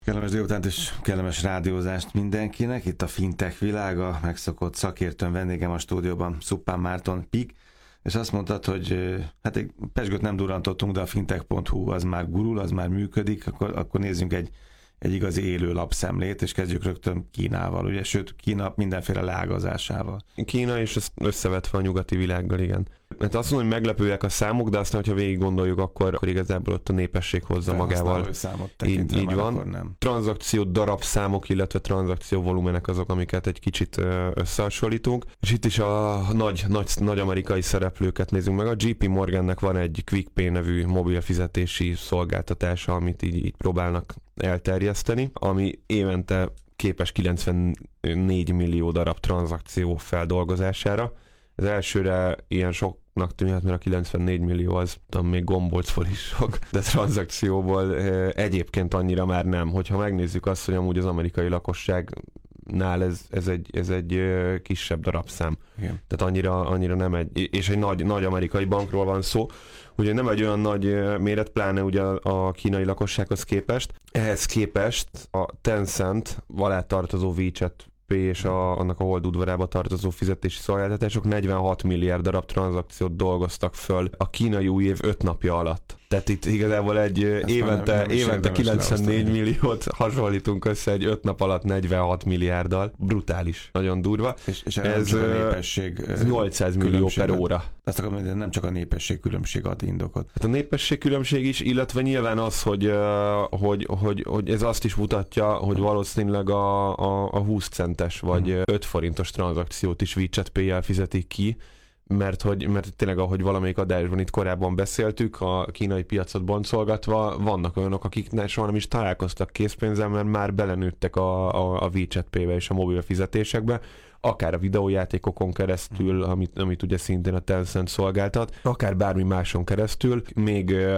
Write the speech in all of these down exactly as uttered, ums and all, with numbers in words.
Kellemes délutánt és kellemes rádiózást mindenkinek. Itt a fintech világa, megszokott szakértőn vendégem a stúdióban, Szuppán Márton Pik, és azt mondtad, hogy hát egy pezsgőt nem durrantottunk, de a fintech pont hu az már gurul, az már működik, akkor, akkor nézzünk egy, egy igazi élő lapszemlét, és kezdjük rögtön Kínával, ugye, sőt Kína mindenféle leágazásával. Kína, és ezt összevetve a nyugati világgal, igen. Mert azt mondom, hogy meglepőek a számok, de aztán, hogyha végig gondoljuk, akkor, akkor igazából ott a népesség hozza magával. Így, így van. Nem. Tranzakció darabszámok, illetve tranzakció volumenek azok, amiket egy kicsit összehasonlítunk. És itt is a nagy, nagy, nagy amerikai szereplőket nézzünk meg. A jé pé Morgannek van egy QuickPay nevű mobil fizetési szolgáltatása, amit így, így próbálnak elterjeszteni, ami évente képes kilencvennégy millió darab tranzakció feldolgozására. Az elsőre ilyen soknak tűnhet, mert a kilencvennégy millió az tudom, még gombolcból is sok, de tranzakcióból egyébként annyira már nem. Hogyha megnézzük azt, hogy amúgy az amerikai lakosságnál ez, ez, egy, ez egy kisebb darabszám. Igen. Tehát annyira, annyira nem egy, és egy nagy, nagy amerikai bankról van szó, ugye nem egy olyan nagy méret, pláne ugye a kínai lakossághoz képest. Ehhez képest a Tencent alá tartozó WeChat és a, annak a hold udvarába tartozó fizetési szolgáltatások negyvenhat milliárd darab tranzakciót dolgoztak föl a kínai új év öt napja alatt. Tehát itt igazából egy Ezt évente, nem, nem évente kilencvennégy milliót hasonlítunk össze egy öt nap alatt negyvenhat milliárddal. Brutális, nagyon durva. És, és ez a népesség nyolcszáz millió per óra. Azt akarom mondani, nem csak a népesség különbség ad indokot. Hát a népesség különbség is, illetve nyilván az, hogy, hogy, hogy, hogy ez azt is mutatja, hogy valószínűleg a, a, a húsz centes vagy hmm. öt forintos tranzakciót is WeChat Pay-jel fizetik ki, mert hogy mert tényleg, ahogy valamelyik adásban itt korábban beszéltük, a kínai piacot boncolgatva, vannak olyanok, akik soha nem is találkoztak készpénzzel, mert már belenőttek a, a, a WeChat Pay-be és a mobil fizetésekbe, akár a videójátékokon keresztül, amit, amit ugye szintén a Tencent szolgáltat, akár bármi máson keresztül. Még uh,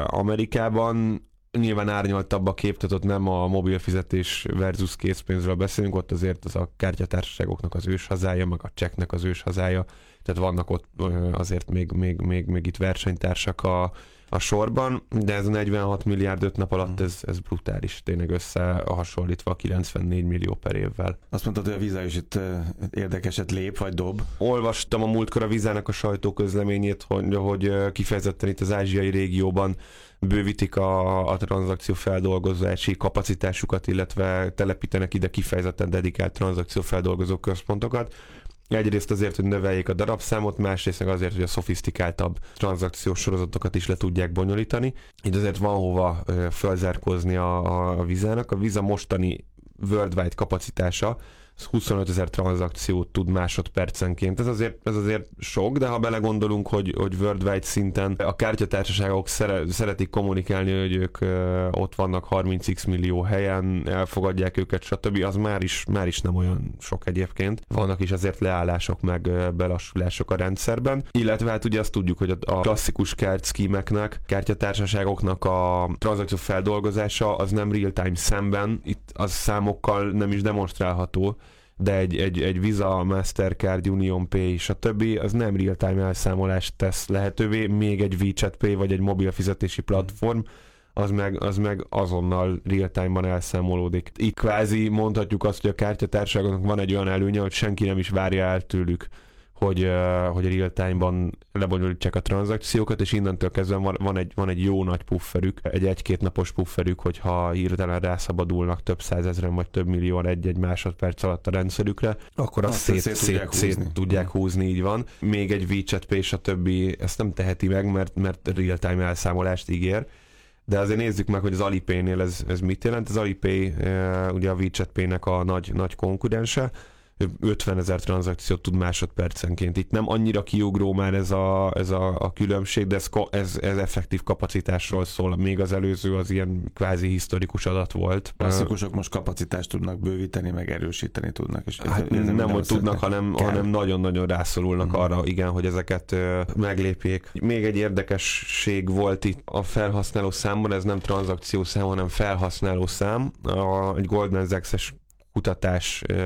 Amerikában nyilván árnyaltabb a kép, tehát ott nem a mobil fizetés versus készpénzről beszélünk, ott azért az a kártyatársaságoknak az őshazája, meg a csekknek az őshazája, tehát vannak ott azért még, még, még, még itt versenytársak a, a sorban, de ez a negyvenhat milliárd öt nap alatt, ez, ez brutális, tényleg összehasonlítva a kilencvennégy millió per évvel. Azt mondtad, hogy a Visa is itt érdekeset lép, vagy dob? Olvastam a múltkor a Visának a sajtóközleményét, hogy, hogy kifejezetten itt az ázsiai régióban bővítik a, a tranzakció feldolgozási kapacitásukat, illetve telepítenek ide kifejezetten dedikált tranzakció feldolgozó központokat. Egyrészt azért, hogy növeljék a darabszámot, másrészt meg azért, hogy a szofisztikáltabb tranzakciós sorozatokat is le tudják bonyolítani. Így azért van hova fölzárkózni a, a, a Visának. A Visa mostani worldwide kapacitása huszonötezer tranzakciót tud másodpercenként. Ez azért, ez azért sok, de ha belegondolunk, hogy, hogy worldwide szinten a kártyatársaságok szere, szeretik kommunikálni, hogy ők ö, ott vannak harminc millió helyen, elfogadják őket, stb. Az már is, már is nem olyan sok egyébként. Vannak is azért leállások, meg ö, belassulások a rendszerben. Illetve hát ugye azt tudjuk, hogy a, a klasszikus kártyaszkímeknek, kártyatársaságoknak a tranzakció feldolgozása az nem real-time szemben, itt az számokkal nem is demonstrálható, de egy, egy, egy Visa, Mastercard, UnionPay, stb. Az nem real-time elszámolást tesz lehetővé, még egy WeChat Pay vagy egy mobil fizetési platform, az meg, az meg azonnal real-time-ban elszámolódik. Így kvázi mondhatjuk azt, hogy a kártyatársaságoknak van egy olyan előnye, hogy senki nem is várja el tőlük, hogy, uh, hogy real-time-ban lebonyolítsák a tranzakciókat, és innentől kezdve van, van, egy, van egy jó nagy pufferük, egy egy-két napos pufferük, hogyha hirtelen rászabadulnak több százezren vagy több millióan egy-egy másodperc alatt a rendszerükre, akkor azt szét, szét, szét, szét tudják, tudják húzni, így van. Még egy WeChat Pay és a többi ezt nem teheti meg, mert, mert real-time elszámolást ígér. De azért nézzük meg, hogy az Alipay-nél ez, ez mit jelent. Az Alipay uh, ugye a WeChat Pay-nek a nagy, nagy konkurense, ötvenezer tranzakciót tud másodpercenként. Itt nem annyira kiugró már ez a, ez a, a különbség, de ez, ez, ez effektív kapacitásról szól. Még az előző az ilyen kvázi historikus adat volt. Klasszikusok most kapacitást tudnak bővíteni, meg erősíteni tudnak. És hát ez, nem, hogy tudnak, hanem, hanem nagyon-nagyon rászorulnak uh-huh. arra, igen, hogy ezeket uh, meglépjék. Még egy érdekesség volt itt a felhasználó számban, ez nem tranzakció szám, hanem felhasználó szám. A, egy Goldman Sachs-es kutatás ö,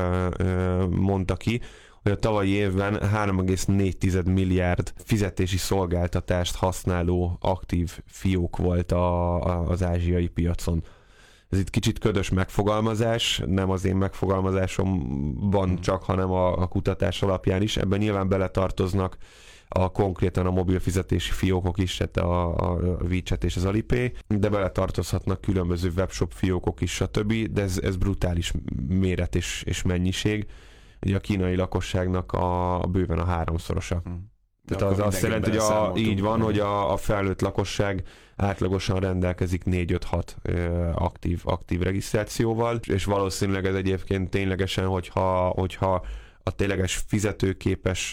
ö, mondta ki, hogy a tavalyi évben három egész négy milliárd fizetési szolgáltatást használó aktív fiók volt a, a, az ázsiai piacon. Ez itt kicsit ködös megfogalmazás, nem az én megfogalmazásomban hmm. csak, hanem a, a kutatás alapján is. Ebben nyilván beletartoznak a konkrétan a mobil fizetési fiókok is, tehát a, a WeChat és az Alipay, de beletartozhatnak különböző webshop fiókok is, stb. De ez, ez brutális méret és, és mennyiség. Ugye a kínai lakosságnak a, a bőven a háromszorosa. Hmm. Tehát az azt jelenti, hogy a, így van, hogy a, a felnőtt lakosság átlagosan rendelkezik négy öt hat aktív, aktív regisztrációval, és valószínűleg ez egyébként ténylegesen, hogyha, hogyha a tényleges fizetőképes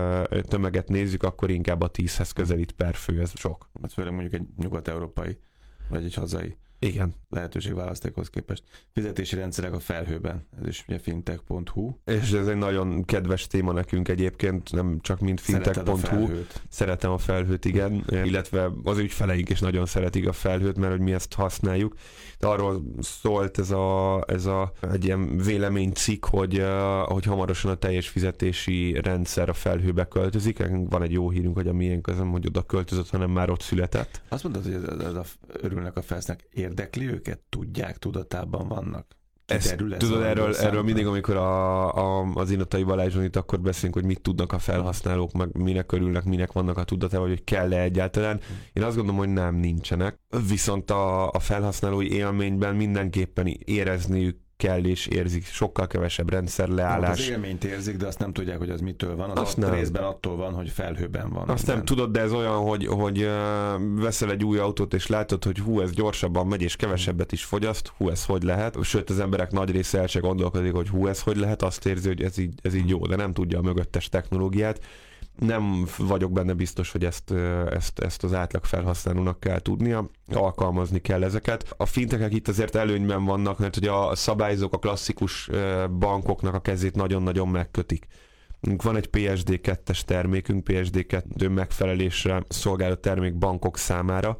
tömeget nézzük, akkor inkább a tízhez közelít per fő, ez sok. Hát főleg mondjuk egy nyugat-európai, vagy egy hazai igen. lehetőségválasztékhoz képest. Fizetési rendszerek a felhőben, ez is ugye fintech pont hu. És ez egy nagyon kedves téma nekünk egyébként, nem csak mint fintech pont hu. Szeretem a felhőt, igen, illetve az ügyfeleink is nagyon szeretik a felhőt, mert hogy mi ezt használjuk. De arról szólt ez a, ez a egy ilyen véleménycikk, hogy, hogy hamarosan a teljes fizetési rendszer a felhőbe költözik. Van egy jó hírünk, hogy a miénk az nem, hogy oda költözött, hanem már ott született. Azt mondtad, hogy ez a, örülnek a felsznek. Érdekli őket? Tudják, tudatában vannak? Ezt, tudod, erről, erről mindig, amikor a, a, az Inatai Balázson itt akkor beszélünk, hogy mit tudnak a felhasználók, meg minek örülnek, minek vannak a tudatában, hogy kell-e egyáltalán. Én azt gondolom, hogy nem, nincsenek. Viszont a, a felhasználói élményben mindenképpen érezniük kell és érzik, sokkal kevesebb rendszer leállás. Az élményt érzik, de azt nem tudják, hogy az mitől van. Az azt részben attól van, hogy felhőben van. Azt nem tudod, de ez olyan, hogy, hogy uh, veszel egy új autót, és látod, hogy hú, ez gyorsabban megy, és kevesebbet is fogyaszt, hú, ez hogy lehet. Sőt, az emberek nagy része el se gondolkodik, hogy hú, ez hogy lehet, azt érzi, hogy ez így, ez így jó, de nem tudja a mögöttes technológiát. Nem vagyok benne biztos, hogy ezt, ezt, ezt az átlag felhasználónak kell tudnia, alkalmazni kell ezeket. A fintekek itt azért előnyben vannak, mert ugye a szabályzók a klasszikus bankoknak a kezét nagyon-nagyon megkötik. Van egy pé es dé kettes termékünk, pé es dé kettő megfelelésre szolgáló termék bankok számára,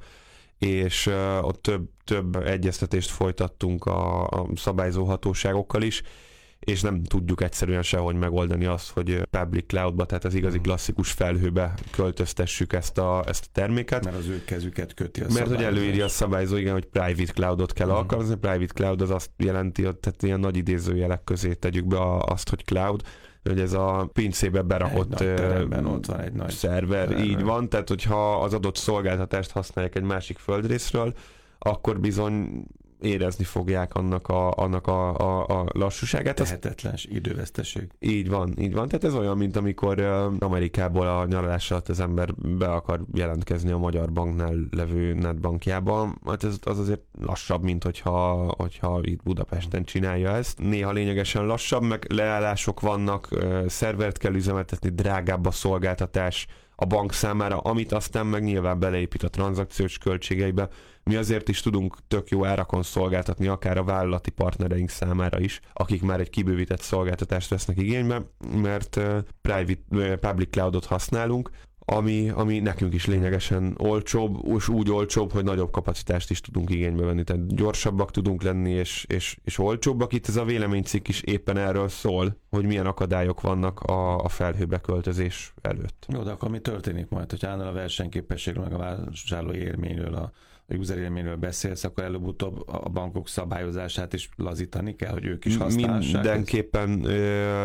és ott több, több egyeztetést folytattunk a, a szabályzó hatóságokkal is, és nem tudjuk egyszerűen sehogy megoldani azt, hogy public cloudba, tehát az igazi klasszikus felhőbe költöztessük ezt a, ezt a terméket. Mert az ő kezüket köti a Mert szabályozás. Hogy előírja a szabályzó, igen, hogy private cloudot kell uh-huh. alkalmazni. A private cloud az azt jelenti, hogy tehát ilyen nagy idézőjelek közé tegyük be azt, hogy cloud, hogy ez a pincébe berakott ott van egy nagy szerver, szerver, így van, tehát hogyha az adott szolgáltatást használják egy másik földrészről, akkor bizony érezni fogják annak a, annak a, a, a lassúságát. Tehetetlens időveszteség. Így van, így van. Tehát ez olyan, mint amikor Amerikából a nyaralás alatt az ember be akar jelentkezni a Magyar Banknál levő netbankjában. Hát ez az azért lassabb, mint hogyha, hogyha itt Budapesten csinálja ezt. Néha lényegesen lassabb, meg leállások vannak, szervert kell üzemeltetni, drágább a szolgáltatás a bank számára, amit aztán meg nyilván beleépít a tranzakciós költségeibe. Mi azért is tudunk tök jó árakon szolgáltatni, akár a vállalati partnereink számára is, akik már egy kibővített szolgáltatást vesznek igénybe, mert uh, private, uh, public cloudot használunk, ami, ami nekünk is lényegesen olcsóbb, és úgy olcsóbb, hogy nagyobb kapacitást is tudunk igénybe venni. Tehát gyorsabbak tudunk lenni, és, és, és olcsóbbak. Itt ez a véleménycikk is éppen erről szól, hogy milyen akadályok vannak a, a felhőbe költözés előtt. Jó, de akkor mi történik majd, hogy állnál a versenyképességről, meg a vásárlói élményről, a a user élményről beszélsz, akkor előbb-utóbb a bankok szabályozását is lazítani kell, hogy ők is használhassák. Mindenképpen ö,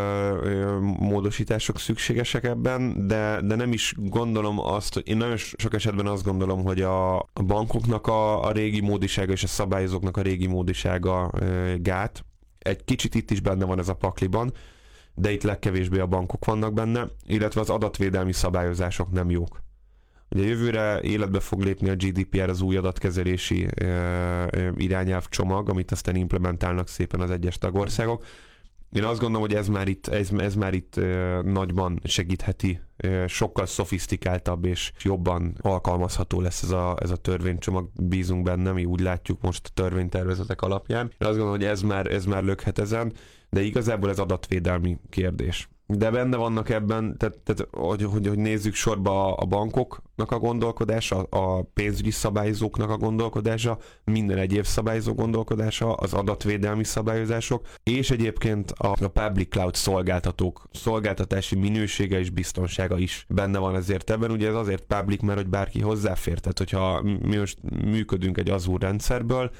ö, módosítások szükségesek ebben, de, de nem is gondolom azt, hogy én nagyon sok esetben azt gondolom, hogy a, a bankoknak a, a régi módisága és a szabályozóknak a régi módisága ö, gát. Egy kicsit itt is benne van ez a pakliban, de itt legkevésbé a bankok vannak benne, illetve az adatvédelmi szabályozások nem jók. Ugye jövőre életbe fog lépni a gé dé pé er, az új adatkezelési e, e, irányelvcsomag, amit aztán implementálnak szépen az egyes tagországok. Én azt gondolom, hogy ez már itt, ez, ez már itt e, nagyban segítheti, e, sokkal szofisztikáltabb és jobban alkalmazható lesz ez a, ez a törvénycsomag, bízunk benne, mi úgy látjuk most a törvénytervezetek alapján. Én azt gondolom, hogy ez már, ez már lökhet ezen, de igazából ez adatvédelmi kérdés. De benne vannak ebben, tehát, tehát hogy, hogy, hogy nézzük sorba a bankoknak a gondolkodása, a pénzügyi szabályozóknak a gondolkodása, minden egyéb szabályozó gondolkodása, az adatvédelmi szabályozások, és egyébként a, a public cloud szolgáltatók szolgáltatási minősége és biztonsága is benne van ezért ebben. Ugye ez azért public, mert hogy bárki hozzáfér. Tehát hogyha mi most működünk egy Azure rendszerből,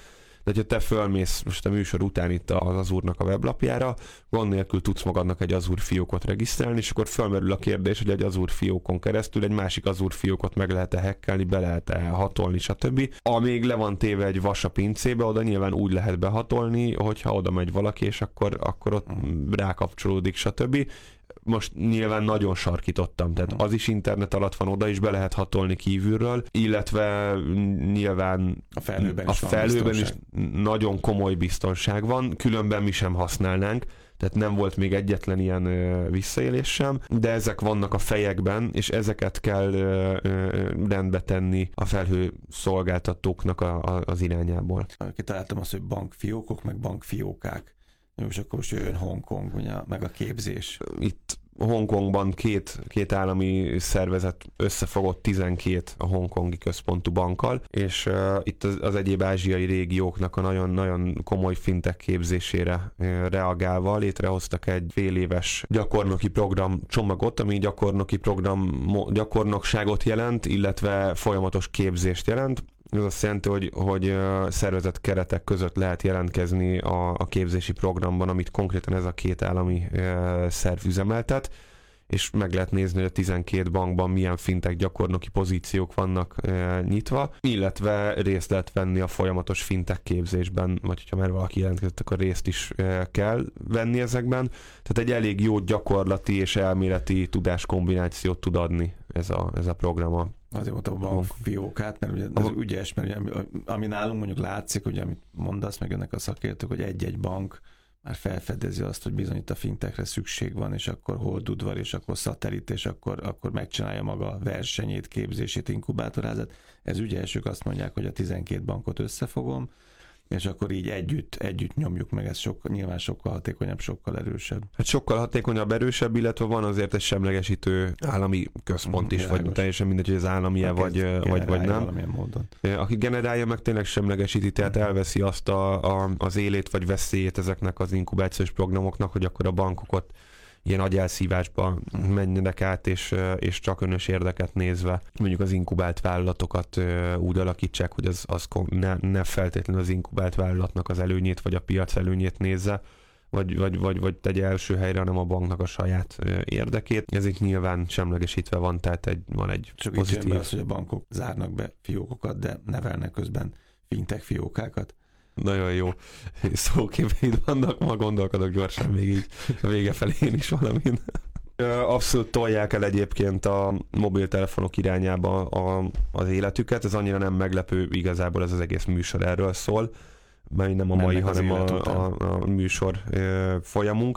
De ha te fölmész most a műsor után itt az Azure-nak a weblapjára, gond nélkül tudsz magadnak egy Azure fiókot regisztrálni, és akkor felmerül a kérdés, hogy egy Azure fiókon keresztül egy másik Azure fiókot meg lehet-e hackelni, be lehet-e hatolni, stb. Amíg le van téve egy vas a pincébe, oda nyilván úgy lehet behatolni, hogyha oda megy valaki, és akkor, akkor ott rákapcsolódik, stb. Most nyilván nagyon sarkítottam, tehát az is internet alatt van, oda is be lehet hatolni kívülről, illetve nyilván a felhőben, a is, felhőben is nagyon komoly biztonság van, különben mi sem használnánk, tehát nem volt még egyetlen ilyen ö, visszaélés sem, de ezek vannak a fejekben, és ezeket kell ö, ö, rendbe tenni a felhő szolgáltatóknak a, a, az irányából. Kitaláltam azt, hogy bankfiókok, meg bankfiókák. És akkor most jön Hongkong, ugye, meg a képzés. Itt Hongkongban két, két állami szervezet összefogott tizenkét a hongkongi központú bankkal, és uh, itt az, az egyéb ázsiai régióknak a nagyon-nagyon komoly fintech képzésére uh, reagálva létrehoztak egy fél éves gyakornoki program csomagot, ami gyakornoki program gyakornokságot jelent, illetve folyamatos képzést jelent. Ez azt jelenti, hogy, hogy szervezett keretek között lehet jelentkezni a, a képzési programban, amit konkrétan ez a két állami e, szerv üzemeltet, és meg lehet nézni, hogy a tizenkét bankban milyen fintech gyakornoki pozíciók vannak e, nyitva, illetve részt lehet venni a folyamatos fintech képzésben, vagy hogyha már valaki jelentkezett, akkor részt is e, kell venni ezekben. Tehát egy elég jó gyakorlati és elméleti tudáskombinációt tud adni ez a, ez a program. Azért mondtam a bankfiókát, mert ugye ez ügyes, mert ugye, ami nálunk mondjuk látszik, hogy amit mondasz, meg ennek a szakértők, hogy egy-egy bank már felfedezi azt, hogy bizony itt a fintechre szükség van, és akkor holdudvar, és akkor szatellit, és akkor, akkor megcsinálja maga versenyét, képzését, inkubátorázat. Ez ügyes, ők azt mondják, hogy a tizenkét bankot összefogom, és akkor így együtt, együtt nyomjuk meg, ez sokkal, nyilván sokkal hatékonyabb, sokkal erősebb. Hát sokkal hatékonyabb, erősebb, illetve van azért egy semlegesítő állami központ is, Világos. Vagy teljesen mindegy, hogy az állami-e vagy, vagy, vagy nem. Módon. Aki generálja, meg tényleg semlegesíti, tehát elveszi azt a, a, az élét vagy veszélyét ezeknek az inkubációs programoknak, hogy akkor a bankok ott ilyen agyelszívásba menjenek át, és, és csak önös érdeket nézve mondjuk az inkubált vállalatokat úgy alakítsák, hogy az, az ne, ne feltétlenül az inkubált vállalatnak az előnyét, vagy a piac előnyét nézze, vagy, vagy, vagy, vagy tegye első helyre, hanem a banknak a saját érdekét. Ez itt nyilván semlegesítve van, tehát egy, van egy csak pozitív... Csak itt az, hogy a bankok zárnak be fiókokat, de nevelnek közben fintech fiókákat. Nagyon jó szóképeit vannak, ma gondolkodok gyorsan még így a vége felé én is valamin. Abszolút tolják el egyébként a mobiltelefonok irányába a, az életüket, ez annyira nem meglepő, igazából ez az egész műsor erről szól, mert nem a mai, Mennek hanem a, a, a műsor e, folyamunk.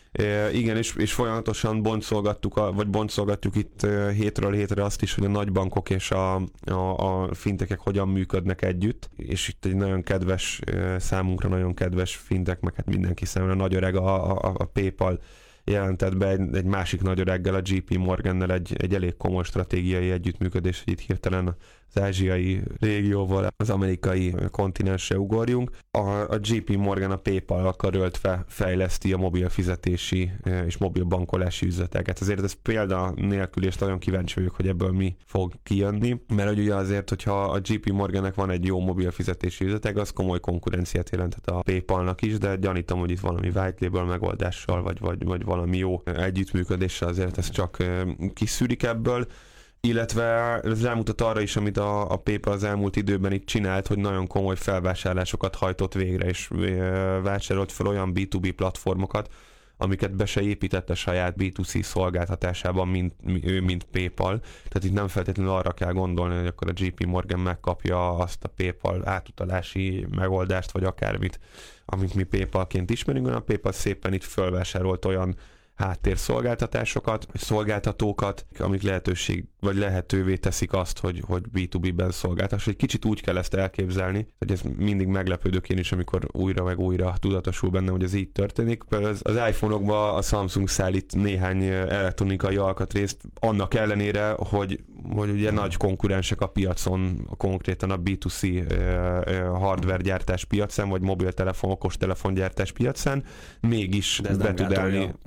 E, igen, és, és folyamatosan boncolgattuk, a, vagy boncolgatjuk itt e, hétről hétre azt is, hogy a nagybankok és a, a, a fintekek hogyan működnek együtt, és itt egy nagyon kedves, e, számunkra nagyon kedves fintek, meg hát mindenki számára nagy öreg a, a, a PayPal jelentett be egy, egy másik nagy öreggel, a jé pé Morgannel egy, egy elég komoly stratégiai együttműködés, hogy itt hirtelen az ázsiai régióval, az amerikai kontinensre ugorjunk. A, a jé pé Morgan a PayPal-al karöltve fejleszti a mobil fizetési és mobil bankolási üzleteket. Ezért ez példa nélkül, és nagyon kíváncsi vagyok, hogy ebből mi fog kijönni, mert hogy ugye azért, hogyha a jé pé Morgannek van egy jó mobil fizetési üzletek, az komoly konkurenciát jelenthet a PayPal-nak is, de gyanítom, hogy itt valami white label megoldással, vagy, vagy, vagy valami jó együttműködéssel azért ez csak kiszűrik ebből. Illetve ez rámutat arra is, amit a, a PayPal az elmúlt időben itt csinált, hogy nagyon komoly felvásárlásokat hajtott végre, és vásárolt fel olyan bé kettő bé platformokat, amiket be se épített a saját bé kettő cé szolgáltatásában, mint ő, mint PayPal. Tehát itt nem feltétlenül arra kell gondolni, hogy akkor a jé pé Morgan megkapja azt a PayPal átutalási megoldást, vagy akármit, amit mi PayPalként ismerünk, hanem a PayPal szépen itt felvásárolt olyan háttérszolgáltatásokat, szolgáltatókat, amik lehetőség, vagy lehetővé teszik azt, hogy, hogy bé kettő bé-ben szolgáltass. Egy kicsit úgy kell ezt elképzelni, hogy ez mindig meglepődök én is, amikor újra meg újra tudatosul bennem, hogy ez így történik. Az, az iPhone-okban a Samsung szállít néhány elektronikai alkatrészt, annak ellenére, hogy, hogy ugye nagy konkurensek a piacon, konkrétan a bé kettő cé hardware gyártás piacán, vagy mobiltelefon, okostelefongyártás piacán, mégis be tud állni. Abban,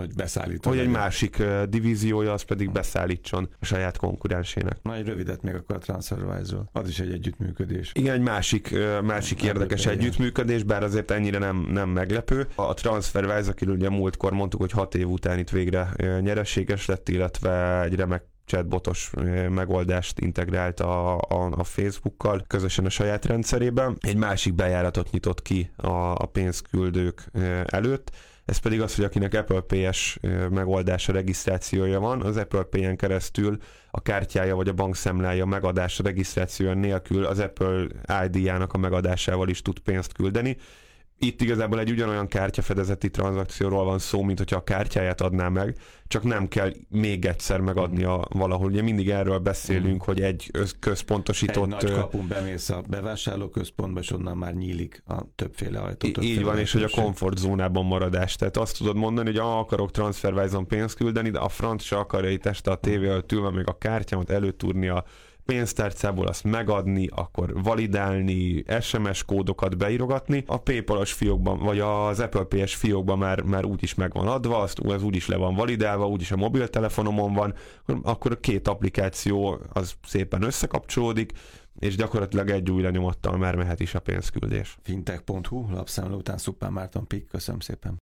hogy beszállítson. Hogy egy másik uh, divíziója az pedig beszállítson a saját konkurensének. Na, egy rövidet még akkor a TransferWise-ról. Az is egy együttműködés. Igen, egy másik, uh, másik nem érdekes meglepő, együttműködés, bár azért ennyire nem, nem meglepő. A TransferWise, akiről ugye múltkor mondtuk, hogy hat év után itt végre uh, nyereséges lett, illetve egy remek chatbotos megoldást integrált a, a, a Facebookkal közösen a saját rendszerében. Egy másik bejáratot nyitott ki a, a pénzküldők előtt. Ez pedig az, hogy akinek Apple Pay-es megoldása, regisztrációja van, az Apple Pay-en keresztül a kártyája vagy a bankszámlája megadása, regisztrációja nélkül az Apple I D-jának a megadásával is tud pénzt küldeni. Itt igazából egy ugyanolyan kártyafedezeti tranzakcióról van szó, mint hogyha a kártyáját adná meg, csak nem kell még egyszer megadnia valahol. Ugye mindig erről beszélünk, mm. hogy egy központosított... Egy nagy kapun bemész a bevásárlóközpontba, és onnan már nyílik a többféle ajtó. Így többféle van, és hogy a komfortzónában maradás. Tehát azt tudod mondani, hogy ah, akarok TransferWise-on pénzt küldeni, de a franc se akarja itt este a tévé előtt ülve még a kártyámat előtúrni a pénztárcából, azt megadni, akkor validálni, es em es kódokat beírogatni. A PayPal-os fiókban, vagy az Apple Pay-es fiókban már, már úgyis meg van adva, azt, az úgyis le van validálva, úgyis a mobiltelefonomon van, akkor a két applikáció az szépen összekapcsolódik, és gyakorlatilag egy új lenyomattal már mehet is a pénzküldés. fintech pont hu, lapszámló után Szuppán Márton Pik, köszönöm szépen.